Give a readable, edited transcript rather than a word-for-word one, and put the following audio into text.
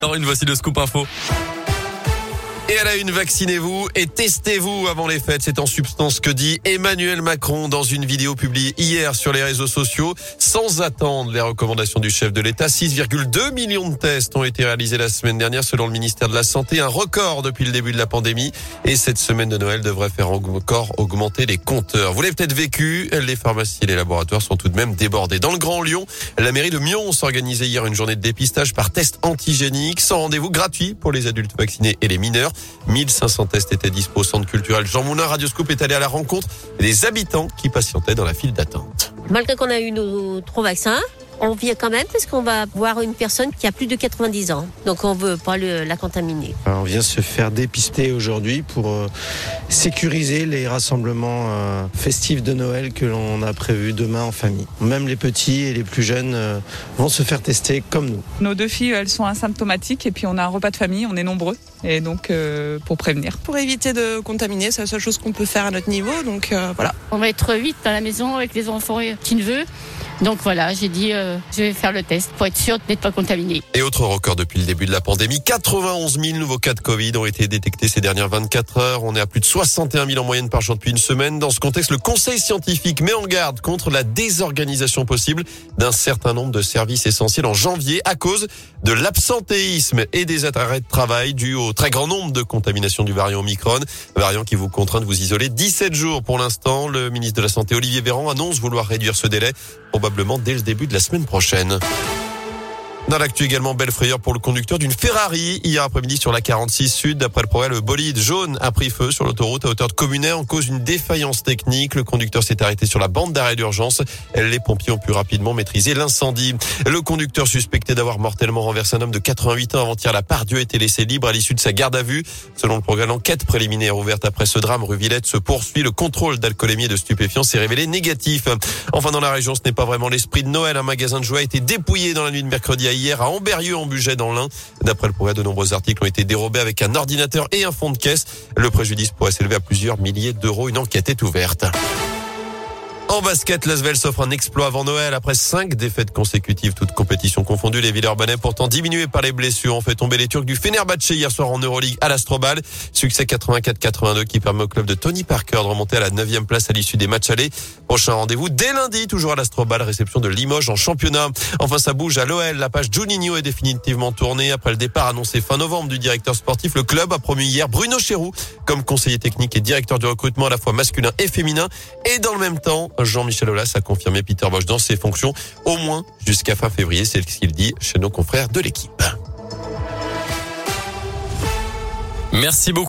Alors voici le scoop info. Et à la une, vaccinez-vous et testez-vous avant les fêtes. C'est en substance que dit Emmanuel Macron dans une vidéo publiée hier sur les réseaux sociaux. Sans attendre les recommandations du chef de l'État, 6,2 millions de tests ont été réalisés la semaine dernière selon le ministère de la Santé. Un record depuis le début de la pandémie. Et cette semaine de Noël devrait faire encore augmenter les compteurs. Vous l'avez peut-être vécu, les pharmacies et les laboratoires sont tout de même débordés. Dans le Grand Lyon, la mairie de Mions organisait hier une journée de dépistage par test antigénique sans rendez-vous gratuit pour les adultes vaccinés et les mineurs. 1500 tests étaient dispo au centre culturel Jean Moulin. Radio Scoop est allé à la rencontre des habitants qui patientaient dans la file d'attente. Malgré qu'on a eu nos 3 vaccins, on vient quand même parce qu'on va voir une personne qui a plus de 90 ans. Donc on veut pas la contaminer. On vient se faire dépister aujourd'hui pour sécuriser les rassemblements festifs de Noël que l'on a prévus demain en famille. Même les petits et les plus jeunes vont se faire tester comme nous. Nos 2 filles, elles sont asymptomatiques et puis on a un repas de famille, on est nombreux. Et donc pour prévenir. Pour éviter de contaminer, c'est la seule chose qu'on peut faire à notre niveau. Donc voilà. On va être 8 à la maison avec les enfants et petit neveu. Donc voilà, j'ai dit je vais faire le test pour être sûr d'être pas contaminé. Et autre record depuis le début de la pandémie, 91 000 nouveaux cas de Covid ont été détectés ces dernières 24 heures. On est à plus de 61 000 en moyenne par jour depuis une semaine. Dans ce contexte, le Conseil scientifique met en garde contre la désorganisation possible d'un certain nombre de services essentiels en janvier à cause de l'absentéisme et des arrêts de travail dus au très grand nombre de contaminations du variant Omicron. Variant qui vous contraint de vous isoler 17 jours pour l'instant. Le ministre de la Santé, Olivier Véran, annonce vouloir réduire ce délai, probablement dès le début de la semaine prochaine. Dans l'actu également, belle frayeur pour le conducteur d'une Ferrari. Hier après-midi sur la 46 Sud, d'après le progrès, le bolide jaune a pris feu sur l'autoroute à hauteur de Communaire en cause d'une défaillance technique. Le conducteur s'est arrêté sur la bande d'arrêt d'urgence. Les pompiers ont pu rapidement maîtriser l'incendie. Le conducteur suspecté d'avoir mortellement renversé un homme de 88 ans avant-hier à la Pardieu a été laissé libre à l'issue de sa garde à vue. Selon le progrès, l'enquête préliminaire ouverte après ce drame rue Villette se poursuit. Le contrôle d'alcoolémie et de stupéfiants s'est révélé négatif. Enfin, dans la région, ce n'est pas vraiment l'esprit de Noël. Un magasin de jouets a été dépouillé dans la nuit de mercredi à hier à Amberieu en Bugey dans l'Ain. D'après le progrès, de nombreux articles ont été dérobés avec un ordinateur et un fond de caisse. Le préjudice pourrait s'élever à plusieurs milliers d'euros. Une enquête est ouverte. En basket, l'Asvel s'offre un exploit avant Noël. Après 5 défaites consécutives, toutes compétitions confondues, les Villeurbanais, pourtant diminués par les blessures, ont fait tomber les Turcs du Fenerbahçe hier soir en Euroleague à l'Astrobal. Succès 84-82 qui permet au club de Tony Parker de remonter à la 9e place à l'issue des matchs allés. Prochain rendez-vous dès lundi, toujours à l'Astrobal, réception de Limoges en championnat. Enfin, ça bouge à l'OL. La page Juninho est définitivement tournée. Après le départ annoncé fin novembre du directeur sportif, le club a promu hier Bruno Chéroux comme conseiller technique et directeur du recrutement à la fois masculin et féminin. Et dans le même temps, Jean-Michel Aulas a confirmé Peter Bosz dans ses fonctions au moins jusqu'à fin février. C'est ce qu'il dit chez nos confrères de l'équipe. Merci beaucoup.